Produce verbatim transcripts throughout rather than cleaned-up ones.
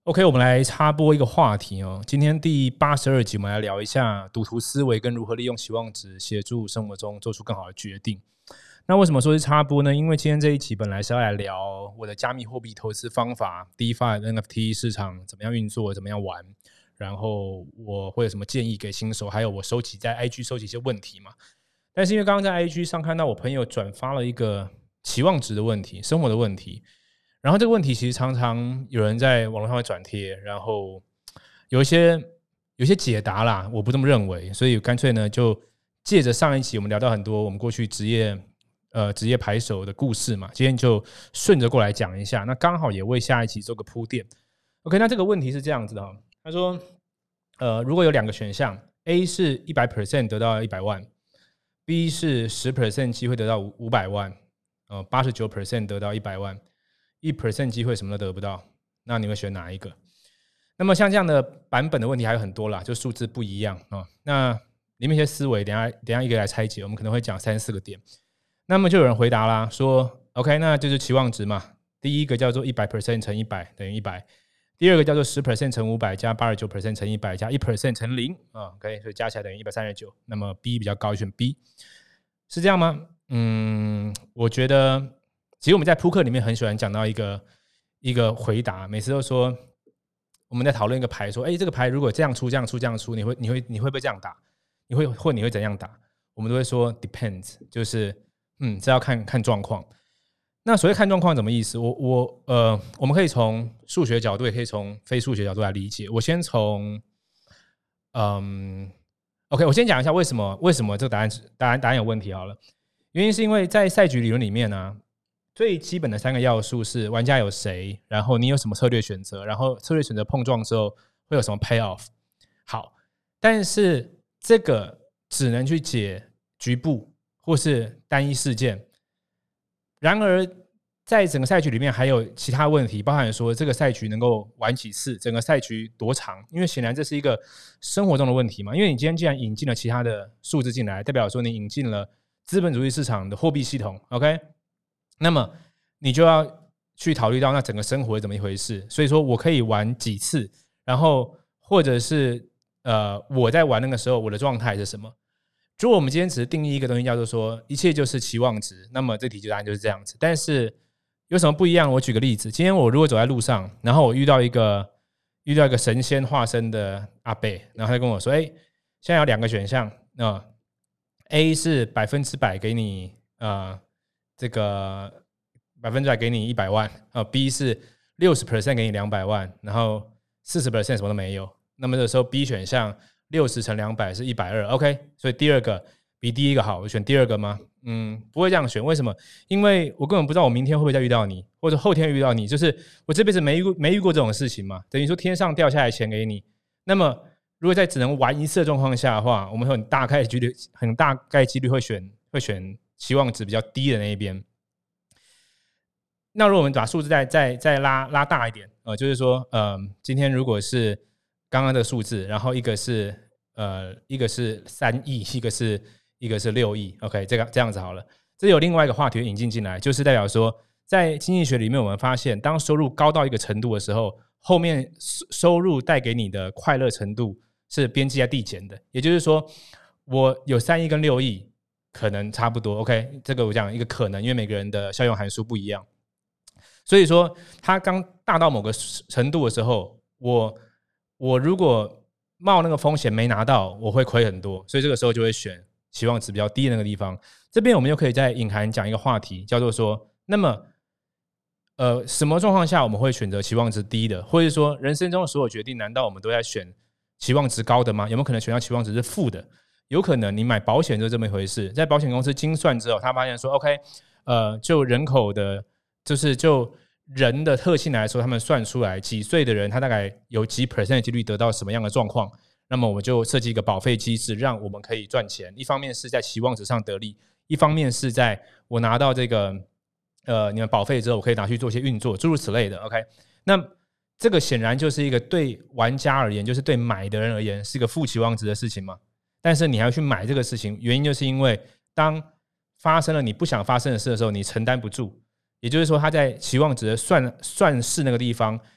OK， 我们来插播一个话题哦。今天第八十二集，我们来聊一下赌徒思维跟如何利用期望值协助生活中做出更好的决定。那为什么说是插播呢？因为今天这一集本来是要来聊我的加密货币投资方法 ，DeFi、N F T 市场怎么样运作，怎么样玩，然后我会有什么建议给新手，还有我收集在 I G 收集一些问题嘛。但是因为刚刚在 I G 上看到我朋友转发了一个期望值的问题，生活的问题。然后这个问题其实常常有人在网络上会转贴，然后有一些有一些解答啦，我不这么认为，所以干脆呢就借着上一期我们聊到很多我们过去职业呃职业牌手的故事嘛，今天就顺着过来讲一下，那刚好也为下一期做个铺垫。OK， 那这个问题是这样子的哈，他说呃如果有两个选项 ，A 是 百分之百 得到一百万 ，B 是 百分之十 机会得到五百万，呃 百分之八十九 得到一百万。百分之一 机会什么都得不到，那你会选哪一个？那么像这样的版本的问题还有很多啦，就数字不一样、哦、那里面一些思维等一下等一下一个来拆解，我们可能会讲三四个点。那么就有人回答啦，说 OK， 那就是期望值嘛。第一个叫做 百分之一百 乘一百等于一百，第二个叫做 百分之十 乘五百加 百分之八十九 乘一百加 百分之一 乘零、哦、OK， 所以加起来等于一百三十九。那么 B 比较高，选 B， 是这样吗？嗯，我觉得。其实我们在扑克里面很喜欢讲到一个一个回答，每次都说我们在讨论一个牌，说，哎，这个牌如果这样出、这样出、这样出，你会你会你会不会这样打？你会或你会怎样打？我们都会说 depends， 就是嗯，这要看看状况。那所谓看状况怎么意思？我我呃，我们可以从数学角度，也可以从非数学角度来理解。我先从嗯 ，OK， 我先讲一下为什么为什么这个答案答案答案有问题好了。原因是因为在赛局理论里面呢、啊。最基本的三个要素是玩家有谁，然后你有什么策略选择，然后策略选择碰撞之后会有什么 payoff。好，但是这个只能去解局部或是单一事件。然而，在整个赛局里面还有其他问题，包含说这个赛局能够玩几次，整个赛局多长，因为显然这是一个生活中的问题嘛。因为你今天既然引进了其他的数字进来，代表说你引进了资本主义市场的货币系统 ，OK？那么你就要去考虑到那整个生活是怎么一回事，所以说我可以玩几次，然后或者是呃我在玩那个时候我的状态是什么。如果我们今天只是定义一个东西叫做说一切就是期望值，那么这题答案就是这样子。但是有什么不一样？我举个例子，今天我如果走在路上，然后我遇到一个遇到一个神仙化身的阿伯，然后他跟我说，哎，现在有两个选项、呃、A 是百分之百给你呃这个百分之百给你一百万、呃、B 是 百分之六十 给你两百万，然后 百分之四十 什么都没有。那么这时候 B 选项六十乘两百是一百二十 OK， 所以第二个比第一个好，我选第二个吗？嗯，不会这样选。为什么？因为我根本不知道我明天会不会再遇到你，或者后天遇到你，就是我这辈子没遇过没遇过这种事情嘛，等于说天上掉下来钱给你。那么如果在只能玩一次的状况下的话，我们很大概几率很大概几率会选会选期望值比较低的那一边。那如果我们把数字再再再拉拉大一点，呃，就是说，呃，今天如果是刚刚的数字，然后一个是呃一个是三亿，一个是一个是六亿 ，OK， 这个这样子好了。这有另外一个话题引进进来，就是代表说，在经济学里面，我们发现，当收入高到一个程度的时候，后面收入带给你的快乐程度是边际在递减的。也就是说，我有三亿跟六亿。可能差不多 OK， 这个我讲一个可能，因为每个人的效用函数不一样，所以说它刚大到某个程度的时候，我我如果冒那个风险没拿到，我会亏很多，所以这个时候就会选期望值比较低的那个地方。这边我们又可以在隐含讲一个话题，叫做说，那么呃什么状况下我们会选择期望值低的，或者说人生中的所有决定，难道我们都在选期望值高的吗？有没有可能选到期望值是负的？有可能你买保险就是这么一回事，在保险公司精算之后，他发现说 OK， 呃，就人口的，就是就人的特性来说，他们算出来几岁的人，他大概有几 percent 的几率得到什么样的状况，那么我们就设计一个保费机制，让我们可以赚钱。一方面是在期望值上得利，一方面是在我拿到这个呃你们保费之后，我可以拿去做一些运作，诸如此类的。OK， 那这个显然就是一个对玩家而言，就是对买的人而言，是一个负期望值的事情嘛。但是你还要去买这个事情，原因就是因为当发生了你不想发生的事的时候，你承担不住。也就是说，他在期望值的算算式那个地方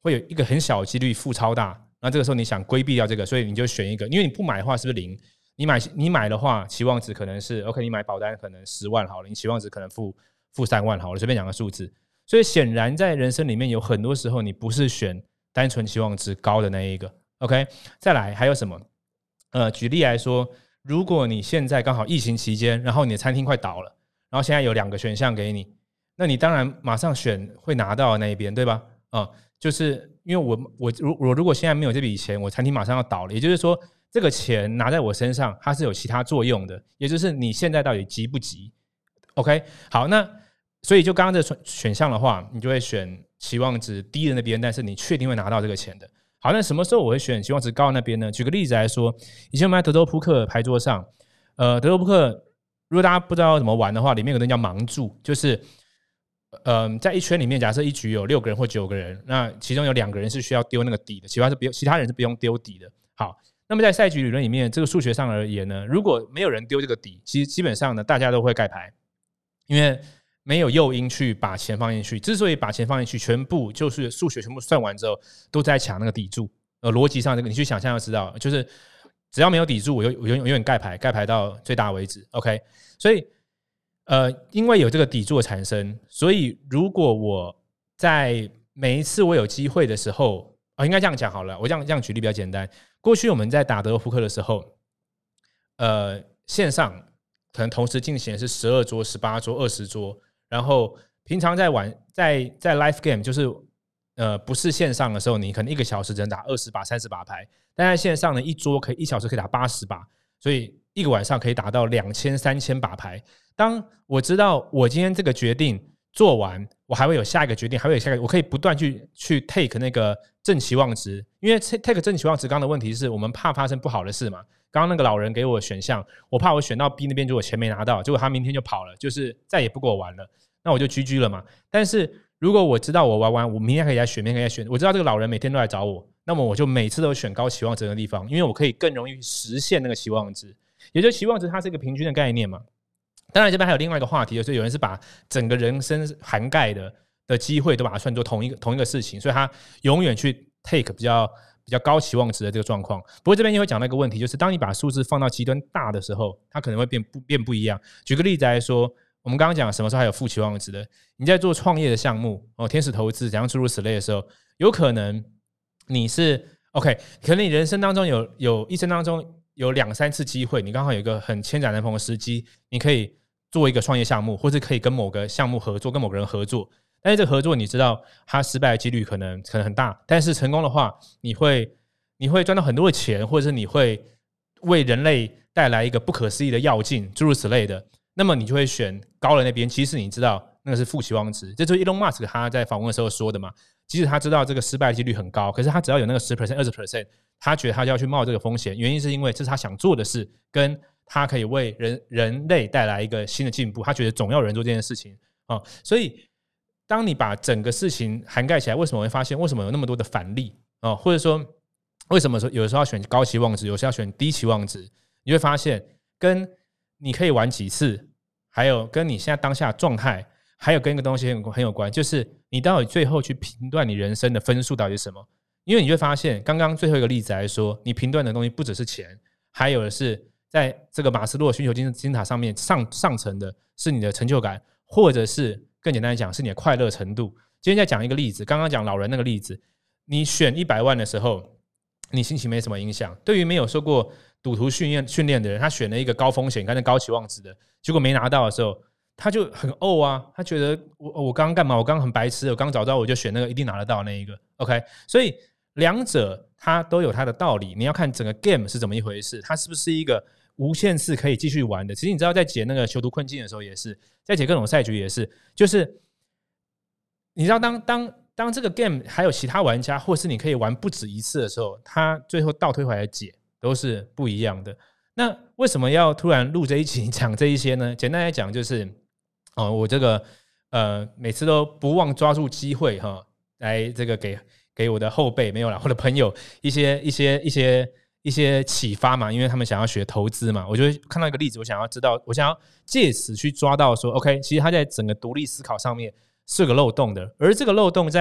会有一个很小的几率负超大，那这个时候你想规避掉这个，所以你就选一个，因为你不买的话是不是零？你买你买的话，期望值可能是 OK， 你买保单可能十万好了，你期望值可能负负三万好了，随便讲个数字。所以显然在人生里面有很多时候你不是选单纯期望值高的那一个 OK。 再来还有什么？呃，举例来说，如果你现在刚好疫情期间，然后你的餐厅快倒了，然后现在有两个选项给你，那你当然马上选会拿到的那一边，对吧？啊、呃，就是因为我我我如果现在没有这笔钱，我餐厅马上要倒了，也就是说这个钱拿在我身上，它是有其他作用的，也就是你现在到底急不急 ？OK， 好，那所以就刚刚这个选项的话，你就会选期望值低的那边，但是你确定会拿到这个钱的。好，那什么时候我会选期望值高的那边呢？举个例子来说，以前我们在德州扑克牌桌上，呃，德州扑克如果大家不知道怎么玩的话，里面有个东西叫盲注，就是呃，在一圈里面，假设一局有六个人或九个人，那其中有两个人是需要丢那个底的，其他是不用，其他人是不用丢底的。好，那么在赛局理论里面，这个数学上而言呢，如果没有人丢这个底，其实基本上呢，大家都会盖牌，因为没有诱因去把钱放进去。之所以把钱放进去，全部就是数学全部算完之后，都在抢那个底注。呃，逻辑上这个你去想象就知道，就是只要没有底注，我永我永远盖牌，盖牌到最大为止。OK， 所以呃，因为有这个底注的产生，所以如果我在每一次我有机会的时候，啊、哦，应该这样讲好了，我这样这样举例比较简单。过去我们在打德州扑克的时候，呃，线上可能同时进行的是十二桌、十八桌、二十桌。然后平常在玩在在 live game 就是呃不是线上的时候，你可能一个小时只能打二十把、三十把牌，但在线上呢，一桌可以一小时可以打八十把，所以一个晚上可以打到两千、三千把牌。当我知道我今天这个决定做完，我还会有下一个决定，还会有下一个，我可以不断去去 take 那个正期望值，因为 take 正期望值刚刚的问题是我们怕发生不好的事嘛。刚刚那个老人给我选项，我怕我选到 B 那边，如果钱没拿到，结果他明天就跑了，就是再也不给我玩了，那我就 G G 了嘛。但是如果我知道我玩完，我明天可以来选，明天可以来选，我知道这个老人每天都来找我，那么我就每次都选高期望值的地方，因为我可以更容易实现那个期望值。也就是期望值它是一个平均的概念嘛。当然这边还有另外一个话题，就是有人是把整个人生涵盖的的机会都把它算作同一个同一个事情，所以他永远去 take 比较比较高期望值的这个状况。不过这边也会讲到一个问题，就是当你把数字放到极端大的时候，它可能会变不变不一样。举个例子来说，我们刚刚讲什么时候还有负期望值的，你在做创业的项目哦，天使投资怎样诸如此类的时候，有可能你是 OK， 可能你人生当中有有一生当中有两三次机会，你刚好有一个很千载难逢的时机，你可以做一个创业项目，或是可以跟某个项目合作，跟某个人合作。但是这个合作你知道它失败的几率可能可能很大，但是成功的话你会你会赚到很多的钱，或者是你会为人类带来一个不可思议的药劲诸如此类的，那么你就会选高的那边。其实你知道那个是负期望值，这就是 Elon Musk 他在访问的时候说的嘛。即使他知道这个失败的几率很高，可是他只要有那个 百分之十、二十 percent， 他觉得他就要去冒这个风险，原因是因为这是他想做的事，跟他可以为 人, 人类带来一个新的进步，他觉得总要有人做这件事情、哦、所以当你把整个事情涵盖起来，为什么会发现为什么有那么多的反例、哦、或者说为什么有的时候要选高期望值，有时候要选低期望值，你会发现跟你可以玩几次，还有跟你现在当下的状态，还有跟一个东西很有关，就是你到底最后去评断你人生的分数到底是什么。因为你会发现刚刚最后一个例子来说，你评断的东西不只是钱，还有的是在这个马斯洛需求金字塔上面 上, 上层的是你的成就感，或者是更简单来讲是你的快乐程度。今天再讲一个例子，刚刚讲老人那个例子，你选一百万的时候你心情没什么影响，对于没有受过赌徒训练训练的人，他选了一个高风险跟高期望值的，结果没拿到的时候他就很怄啊，他觉得我我刚刚干嘛，我刚刚很白痴，我刚早知道我就选那个一定拿得到那一个 OK。 所以两者它都有它的道理，你要看整个 game 是怎么一回事，它是不是一个无限次可以继续玩的。其实你知道在解那个囚徒困境的时候也是，在解各种赛局也是，就是你知道当当当这个 game 还有其他玩家，或是你可以玩不止一次的时候，它最后倒推回来的解都是不一样的。那为什么要突然录这一集讲这一些呢？简单来讲就是哦，我这个呃每次都不忘抓住机会哈，来这个给给我的后辈没有啦，我的朋友一些一些一些一些启发嘛，因为他们想要学投资嘛，我就看到一个例子，我想要知道，我想要借此去抓到说 OK， 其实他在整个独立思考上面是有个漏洞的，而这个漏洞在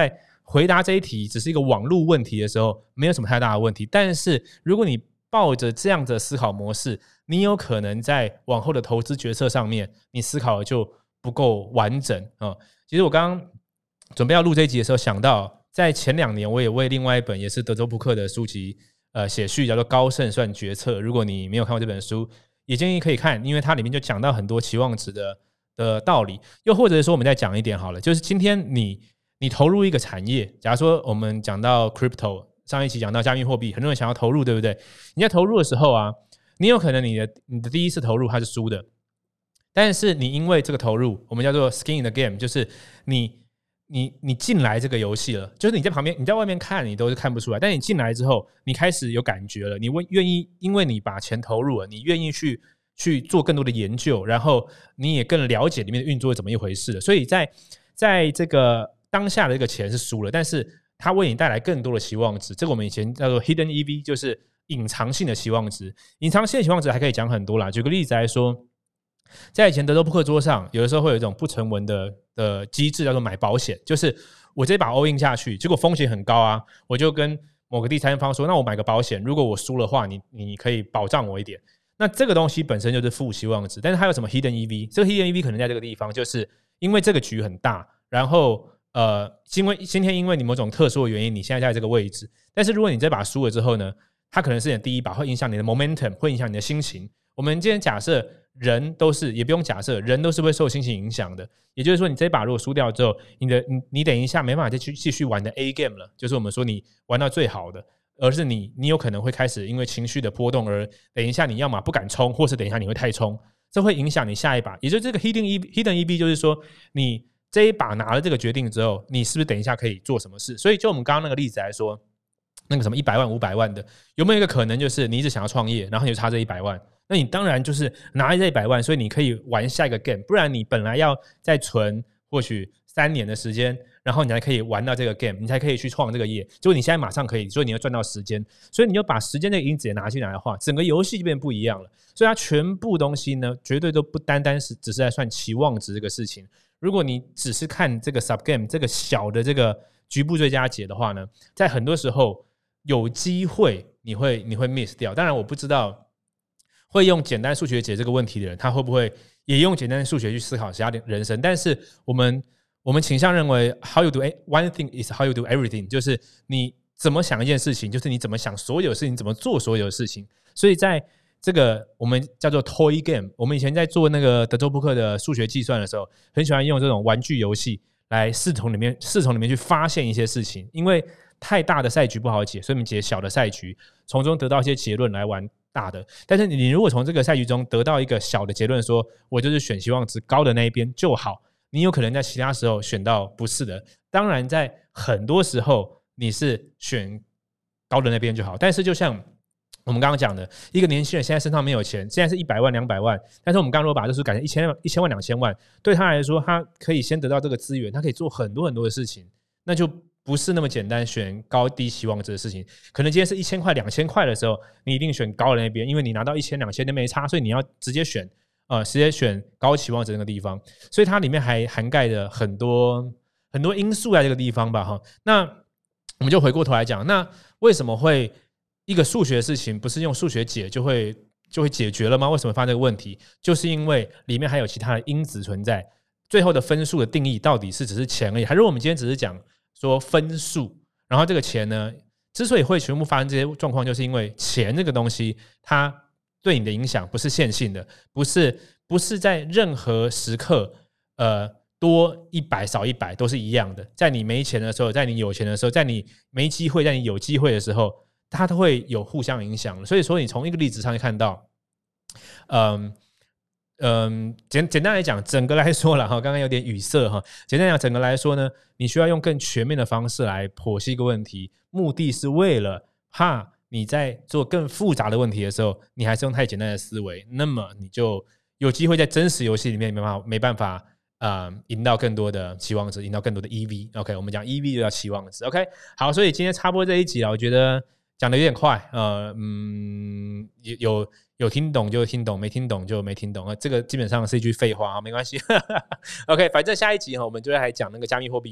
回答这一题只是一个网络问题的时候，没有什么太大的问题。但是如果你抱着这样的思考模式，你有可能在往后的投资决策上面，你思考的就不够完整啊、哦。其实我刚刚准备要录这一集的时候，想到在前两年，我也为另外一本也是德州扑克的书籍呃写序，叫做《高胜算决策》。如果你没有看过这本书，也建议可以看，因为它里面就讲到很多期望值的的道理。又或者说，我们再讲一点好了，就是今天你你投入一个产业，假如说我们讲到 crypto， 上一期讲到加密货币，很多人想要投入，对不对？你在投入的时候啊，你有可能你的你的第一次投入它是输的，但是你因为这个投入，我们叫做 skin in the game， 就是你你你进来这个游戏了，就是你在旁边你在外面看你都是看不出来，但你进来之后，你开始有感觉了，你愿意，因为你把钱投入了，你愿意去去做更多的研究，然后你也更了解里面的运作是怎么一回事了。所以在在这个当下的这个钱是输了，但是它为你带来更多的期望值，这个我们以前叫做 hidden E V， 就是隐藏性的期望值。隐藏性的期望值还可以讲很多啦，举个例子来说，在以前德州扑克桌上，有的时候会有一种不成文的的机制，叫做买保险，就是我直接把 all in 下去，结果风险很高啊，我就跟某个第三方说，那我买个保险，如果我输的话，你你可以保障我一点。那这个东西本身就是负期望值，但是它有什么 hidden E V？ 这个 hidden E V 可能在这个地方，就是因为这个局很大，然后呃，因为今天因为你某种特殊的原因，你现在在这个位置，但是如果你这把输了之后呢，它可能是你的第一把，会影响你的 momentum， 会影响你的心情。我们今天假设人都是，也不用假设，人都是会受心情影响的。也就是说，你这一把如果输掉之后，你的 你, 你等一下没办法再去继续玩的 A game 了，就是我们说你玩到最好的，而是你你有可能会开始因为情绪的波动而等一下你要么不敢冲，或是等一下你会太冲，这会影响你下一把。也就是这个 hidden E V hidden E V 就是说，你这一把拿了这个决定之后，你是不是等一下可以做什么事？所以就我们刚刚那个例子来说，那个什么一百万、五百万的，有没有一个可能就是你一直想要创业，然后你就差这一百万？那你当然就是拿这一百万，所以你可以玩下一个 game， 不然你本来要再存或许三年的时间，然后你才可以玩到这个 game， 你才可以去创这个业。结果你现在马上可以，所以你要赚到时间，所以你就把时间这个因子也拿进来的话，整个游戏就变不一样了。所以它全部东西呢，绝对都不单单是只是在算期望值这个事情。如果你只是看这个 sub game 这个小的这个局部最佳解的话呢，在很多时候有机会你会你会 miss 掉。当然我不知道会用简单数学解这个问题的人，他会不会也用简单数学去思考其他人生？但是我们我们倾向认为 ，how you do one thing is how you do everything， 就是你怎么想一件事情，就是你怎么想所有事情，怎么做所有的事情。所以在这个我们叫做 toy game， 我们以前在做那个德州扑克的数学计算的时候，很喜欢用这种玩具游戏来试从里面试从里面去发现一些事情，因为太大的赛局不好解，所以我们解小的赛局，从中得到一些结论来玩大的。但是你如果从这个赛局中得到一个小的结论，说我就是选希望值高的那一边就好，你有可能在其他时候选到不是的。当然在很多时候你是选高的那边就好，但是就像我们刚刚讲的，一个年轻人现在身上没有钱，现在是一百万两百万，但是我们刚刚如果把这数改成一千一千万两千万，对他来说他可以先得到这个资源，他可以做很多很多的事情，那就不是那么简单选高低期望值的事情。可能今天是一千块两千块的时候，你一定选高的那边，因为你拿到一千两千都没差，所以你要直接选呃直接选高期望值那个地方。所以它里面还涵盖着很多很多因素在这个地方吧哈。那我们就回过头来讲，那为什么会一个数学的事情不是用数学解就会就会解决了吗？为什么发生这个问题？就是因为里面还有其他的因子存在。最后的分数的定义到底是只是钱而已，还是我们今天只是讲说分数？然后这个钱呢，之所以会全部发生这些状况，就是因为钱这个东西，它对你的影响不是线性的，不是不是在任何时刻，呃，多一百少一百都是一样的。在你没钱的时候，在你有钱的时候，在你没机会，在你有机会的时候，它都会有互相影响。所以说，你从一个例子上看到，嗯。嗯，简简单来讲，整个来说了哈，刚刚有点语塞哈。简单讲，整个来说呢，你需要用更全面的方式来剖析一个问题，目的是为了怕你在做更复杂的问题的时候，你还是用太简单的思维，那么你就有机会在真实游戏里面没办法没办法呃赢到更多的期望值，赢到更多的 E V。OK， 我们讲 E V 就叫期望值。OK， 好，所以今天插播这一集了，我觉得讲的有点快，呃，嗯，有。有听懂就听懂，没听懂就没听懂，这个基本上是一句废话，没关系。OK， 反正下一集我们就来讲那个加密货币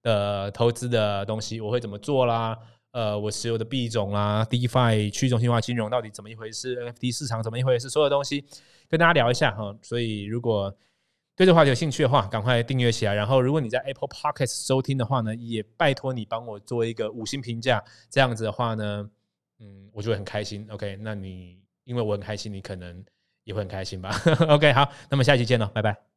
的投资的东西，我会怎么做啦，呃，我持有的币种啦 ，DeFi 去中心化金融到底怎么一回事 ，N F T 市场怎么一回事，所有东西跟大家聊一下哈。所以如果对这个话题有兴趣的话，赶快订阅起来。然后，如果你在 Apple Podcast 收听的话呢，也拜托你帮我做一个五星评价。这样子的话呢，嗯，我就会很开心。OK， 那你因为我很开心，你可能也会很开心吧。OK， 好，那么下一期见了，拜拜。